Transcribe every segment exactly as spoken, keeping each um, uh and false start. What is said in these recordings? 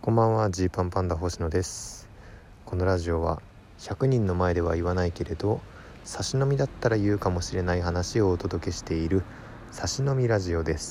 こんばんは、ジーパンパンダ星野です。このラジオはひゃくにんの前では言わないけれど差し飲みだったら言うかもしれない話をお届けしている差し飲みラジオです。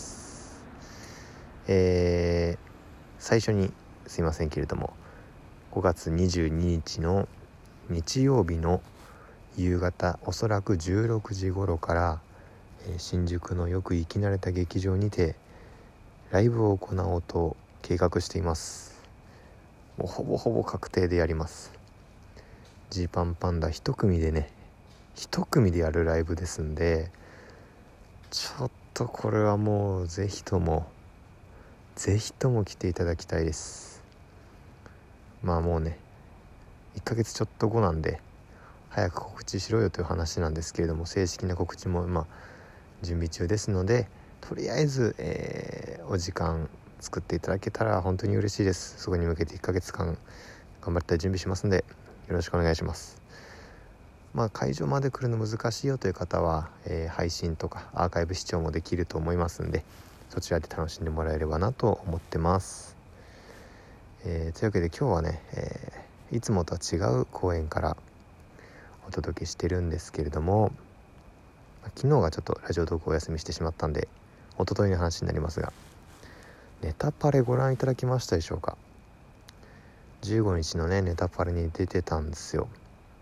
えー、最初にすいませんけれども、ごがつにじゅうににちの日曜日の夕方、おそらくじゅうろくじ頃から、えー、新宿のよく行き慣れた劇場にてライブを行おうと計画しています。もうほぼほぼ確定でやります。ジーパンパンダ一組でね一組でやるライブですんで、ちょっとこれはもうぜひともぜひとも来ていただきたいです。まあもうねいっかげつちょっと後なんで早く告知しろよという話なんですけれども、正式な告知もまあ準備中ですので、とりあえず、えー、お時間作っていただけたら本当に嬉しいです。そこに向けていっかげつかん頑張って準備しますんでよろしくお願いします。まあ会場まで来るの難しいよという方は、えー、配信とかアーカイブ視聴もできると思いますんで、そちらで楽しんでもらえればなと思ってます。えー、というわけで今日はね、えー、いつもとは違う公演からお届けしてるんですけれども、昨日がちょっとラジオトークお休みしてしまったんで一昨日の話になりますが、ネタパレご覧いただきましたでしょうか。じゅうごにちのねネタパレに出てたんですよ。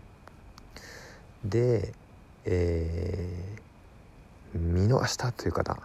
で、えー、見逃したという方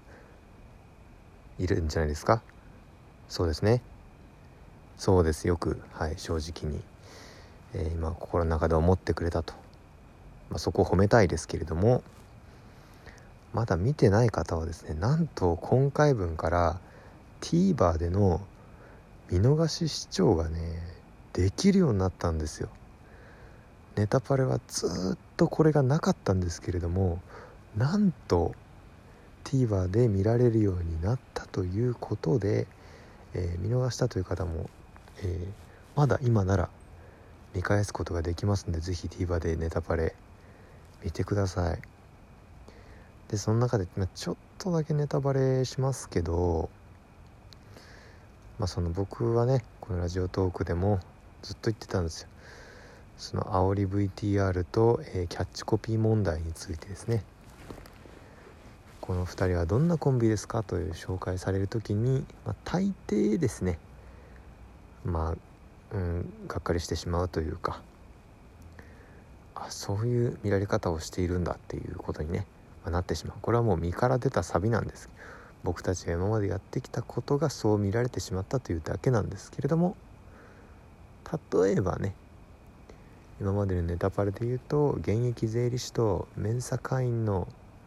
いるんじゃないですか。そうですね、そうです。よく、はい、正直に、えー、今心の中で思ってくれたと、まあ、そこを褒めたいですけれども、まだ見てない方はですね、なんと今回分から TVer での見逃し視聴がねできるようになったんですよ。ネタパレはずっとこれがなかったんですけれども、なんと TVer で見られるようになったということで、えー、見逃したという方も、えー、まだ今なら見返すことができますので、ぜひ TVer でネタパレ見てください。でその中で、まあ、ちょっとだけネタバレしますけど、まあ、その僕はねこのラジオトークでもずっと言ってたんですよ。その煽り ブイティーアール と、えー、キャッチコピー問題についてですね。このふたりはどんなコンビですかという紹介されるときに、まあ、大抵ですねまあ、うん、がっかりしてしまうというか、あそういう見られ方をしているんだっていうことにね、まあ、なってしまう。これはもう身から出たサビなんです。僕たちが今までやってきたことがそう見られてしまったというだけなんですけれども、例えばね今までのネタパレで言うと、現役税理士とメンサ会員の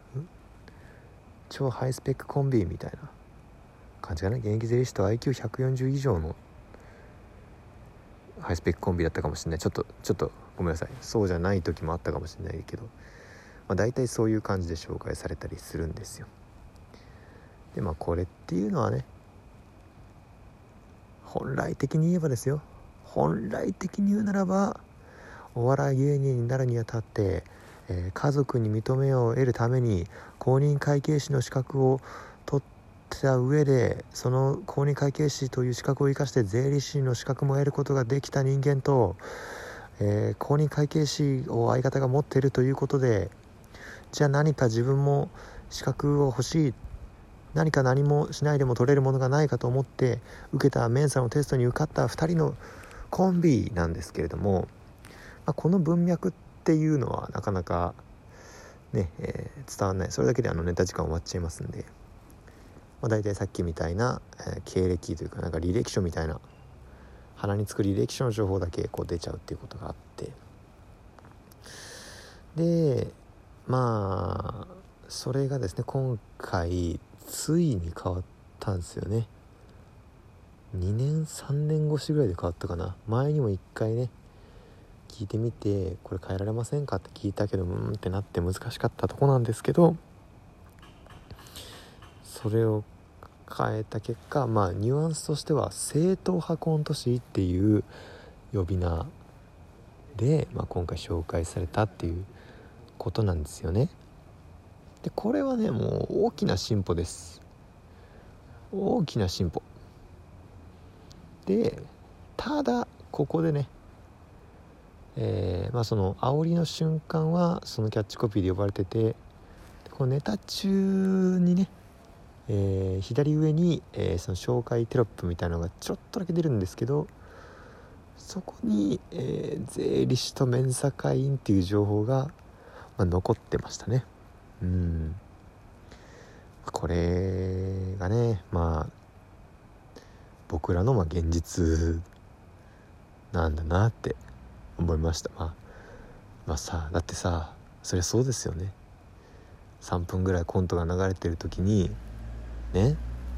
超ハイスペックコンビみたいな感じかな。現役税理士と アイキューひゃくよんじゅう 以上のハイスペックコンビだったかもしれない。ちょっとちょっとごめんなさい、そうじゃない時もあったかもしれないけど、まあ、大体そういう感じで紹介されたりするんですよ。でまあこれっていうのはね、本来的に言えばですよ本来的に言うならば、お笑い芸人になるにあたって、えー、家族に認めを得るために公認会計士の資格を取った上で、その公認会計士という資格を生かして税理士の資格も得ることができた人間と、えー、公認会計士を相方が持っているということで、じゃあ何か自分も資格を欲しい、何か何もしないでも取れるものがないかと思って受けたメンサのテストに受かったふたりのコンビなんですけれども、まあ、この文脈っていうのはなかなかね、えー、伝わらない。それだけであのネタ時間終わっちゃいますんで、まあ、大体さっきみたいな、えー、経歴というかなんか履歴書みたいな鼻につく履歴書の情報だけこう出ちゃうっていうことがあって、でまあそれがですね今回ついに変わったんですよね。にねんさんねん越しぐらいで変わったかな。前にもいっかいね聞いてみて、これ変えられませんかって聞いたけど、うーんってなって難しかったとこなんですけど、それを変えた結果、まあニュアンスとしては正統派コント師っていう呼び名で、まあ、今回紹介されたっていうことなんですよね。でこれはねもう大きな進歩です。大きな進歩でただここでね、えー、まあその煽りの瞬間はそのキャッチコピーで呼ばれてて、このネタ中にね、えー、左上に、えー、その紹介テロップみたいなのがちょっとだけ出るんですけど、そこに、えー、税理士とメンサ会員っていう情報が、まあ、残ってましたね。うんこれがね、まあ僕らのまあ現実なんだなって思いました。まあ、まあさだってさ、そりゃそうですよね。さんぷんぐらいコントが流れてる時にね、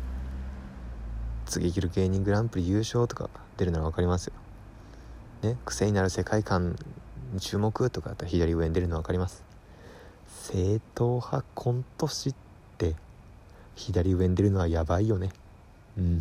次生きる芸人グランプリ優勝とか出るなら分かりますよね。癖になる世界観に注目とかだったら左上に出るの分かります。正統派コント師って左上に出るのはやばいよね。うん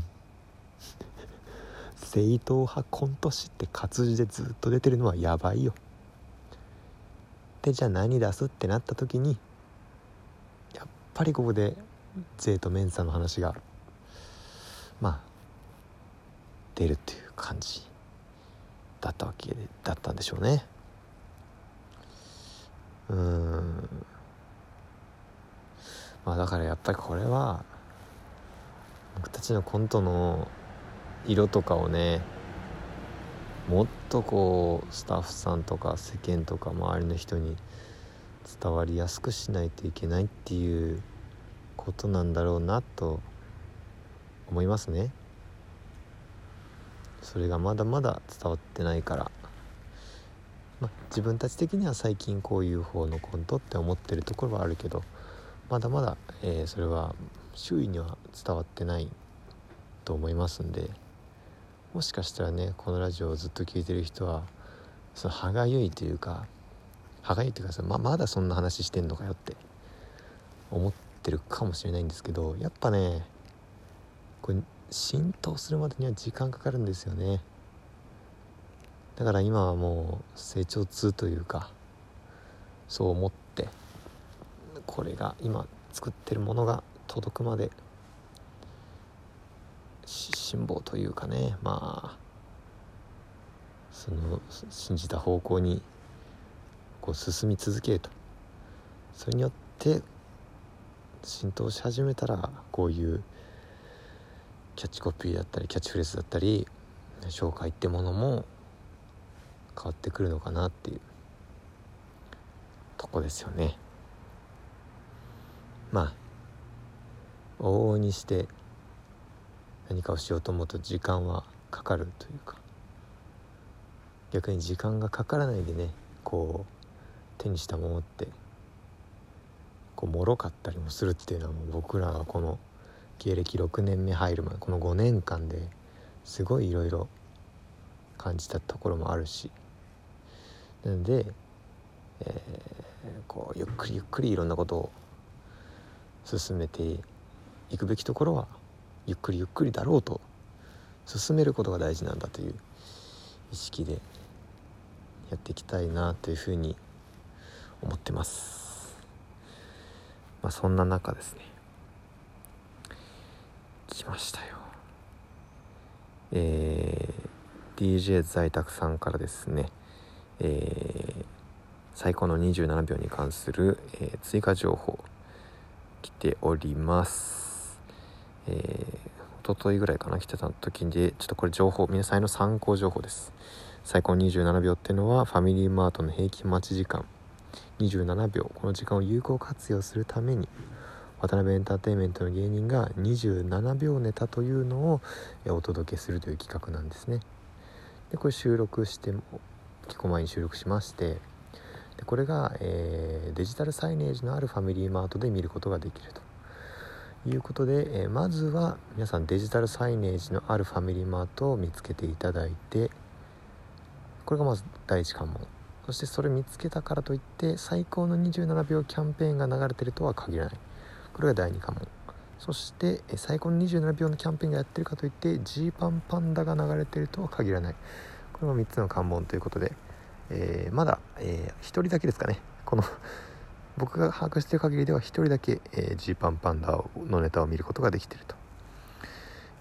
正統派コント師って活字でずっと出てるのはやばいよ。でじゃあ何出すってなった時に、やっぱりここで税とメンサの話がまあ出るっていう感じだったわけでだったんでしょうね。うーんまあだからやっぱりこれは僕たちのコントの色とかをね、もっとこうスタッフさんとか世間とか周りの人に伝わりやすくしないといけないっていうことなんだろうなと思いますね。それがまだまだ伝わってないから、まあ、自分たち的には最近こういう方のコントって思ってるところはあるけど、まだまだ、えー、それは周囲には伝わってないと思いますんで、もしかしたらねこのラジオをずっと聞いてる人はその歯がゆいというか歯がゆいというか ま, まだそんな話してんのかよって思ってるかもしれないんですけど、やっぱねこれ浸透するまでには時間かかるんですよね。だから今はもう成長痛というかそう思って、これが今作ってるものが届くまで辛抱というかね、まあその信じた方向にこう進み続けると、それによって浸透し始めたらこういうキャッチコピーだったりキャッチフレーズだったり紹介ってものも変わってくるのかなっていうとこですよね。まあ往々にして何かをしようと思うと時間はかかるというか、逆に時間がかからないでねこう手にしたものってこう脆かったりもするっていうのはもう僕らがこの芸歴ろくねんめ入る前このごねんかんですごいいろいろ感じたところもあるし、なので、えー、こうゆっくりゆっくりいろんなことを進めていくべきところはゆっくりゆっくりだろうと進めることが大事なんだという意識でやっていきたいなというふうに思ってます。まあそんな中ですね、来ましたよ。えー、ディージェー 在宅さんからですね、えー、最高のにじゅうななびょうに関する、えー、追加情報来ております。えー、一昨日ぐらいかな来てた時で、ちょっとこれ情報皆さんの参考情報です。最高にじゅうななびょうっていうのはファミリーマートの平均待ち時間にじゅうななびょう、この時間を有効活用するために渡辺エンターテインメントの芸人がにじゅうななびょうネタというのをお届けするという企画なんですね。でこれ収録して結構前に収録しまして、でこれが、えー、デジタルサイネージのあるファミリーマートで見ることができるということで、えー、まずは皆さんデジタルサイネージのあるファミリーマートを見つけていただいて、これがまず第一関門。そしてそれ見つけたからといって最高のにじゅうななびょうキャンペーンが流れてるとは限らない。これがだいに関門。そして最高のにじゅうななびょうのキャンペーンがやってるかといってジーパンパンダが流れてるとは限らない。これもみっつの関門ということで、えー、まだ、えー、ひとりだけですかね、この僕が把握している限りではひとりだけジーパンパンダのネタを見ることができていると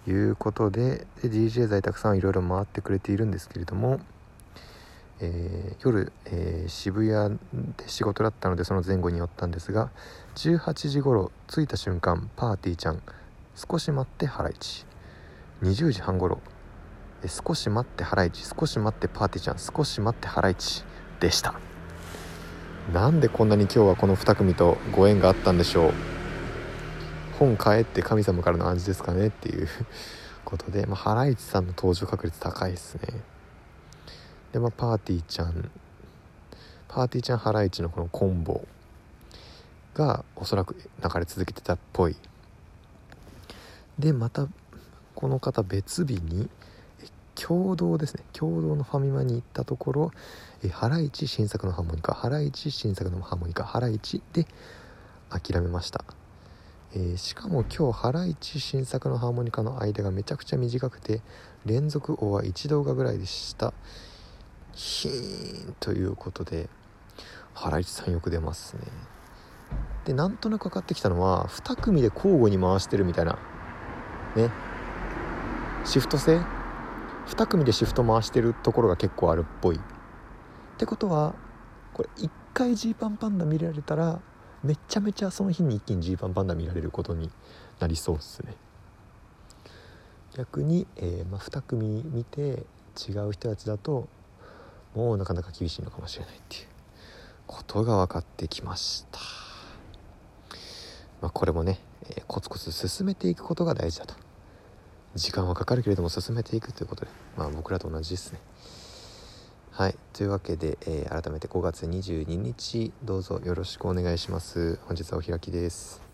いうことで、で ディージェー 在宅さんはいろいろ回ってくれているんですけれども、えー、夜、えー、渋谷で仕事だったのでその前後に寄ったんですが、じゅうはちじ頃着いた瞬間、パーティーちゃん少し待ってハライチ、にじゅうじはん頃え少し待ってハライチ、少し待ってパーティーちゃん、少し待ってハライチでした。なんでこんなに今日はこのに組とご縁があったんでしょう。本買えって神様からの暗示ですかねっていうことで、まあ、ハライチさんの登場確率高いですね。で、まあ、パーティーちゃんパーティーちゃんハライチのこのコンボがおそらく流れ続けてたっぽい。でまたこの方別日に共同ですね共同のファミマに行ったところ、えハライチ新作のハーモニカ、ハライチ新作のハーモニカ、ハライチで諦めました。えー、しかも今日ハライチ新作のハーモニカの間がめちゃくちゃ短くて、連続王はいち動画ぐらいでした。ヒーンということでハライチさんよく出ますね。でなんとなく分かってきたのはに組で交互に回してるみたいなね、シフト制に組でシフト回してるところが結構あるっぽいってことは、これいっかいジーパンパンダ見られたらめちゃめちゃその日に一気にジーパンパンダ見られることになりそうっすね。逆に、えーまあ、に組見て違う人たちだともうなかなか厳しいのかもしれないっていうことが分かってきました。まあ、これもね、えー、コツコツ進めていくことが大事だと。時間はかかるけれども進めていくということで、まあ僕らと同じですね。はい、というわけで、えー、改めてごがつにじゅうににちどうぞよろしくお願いします。本日はお開きです。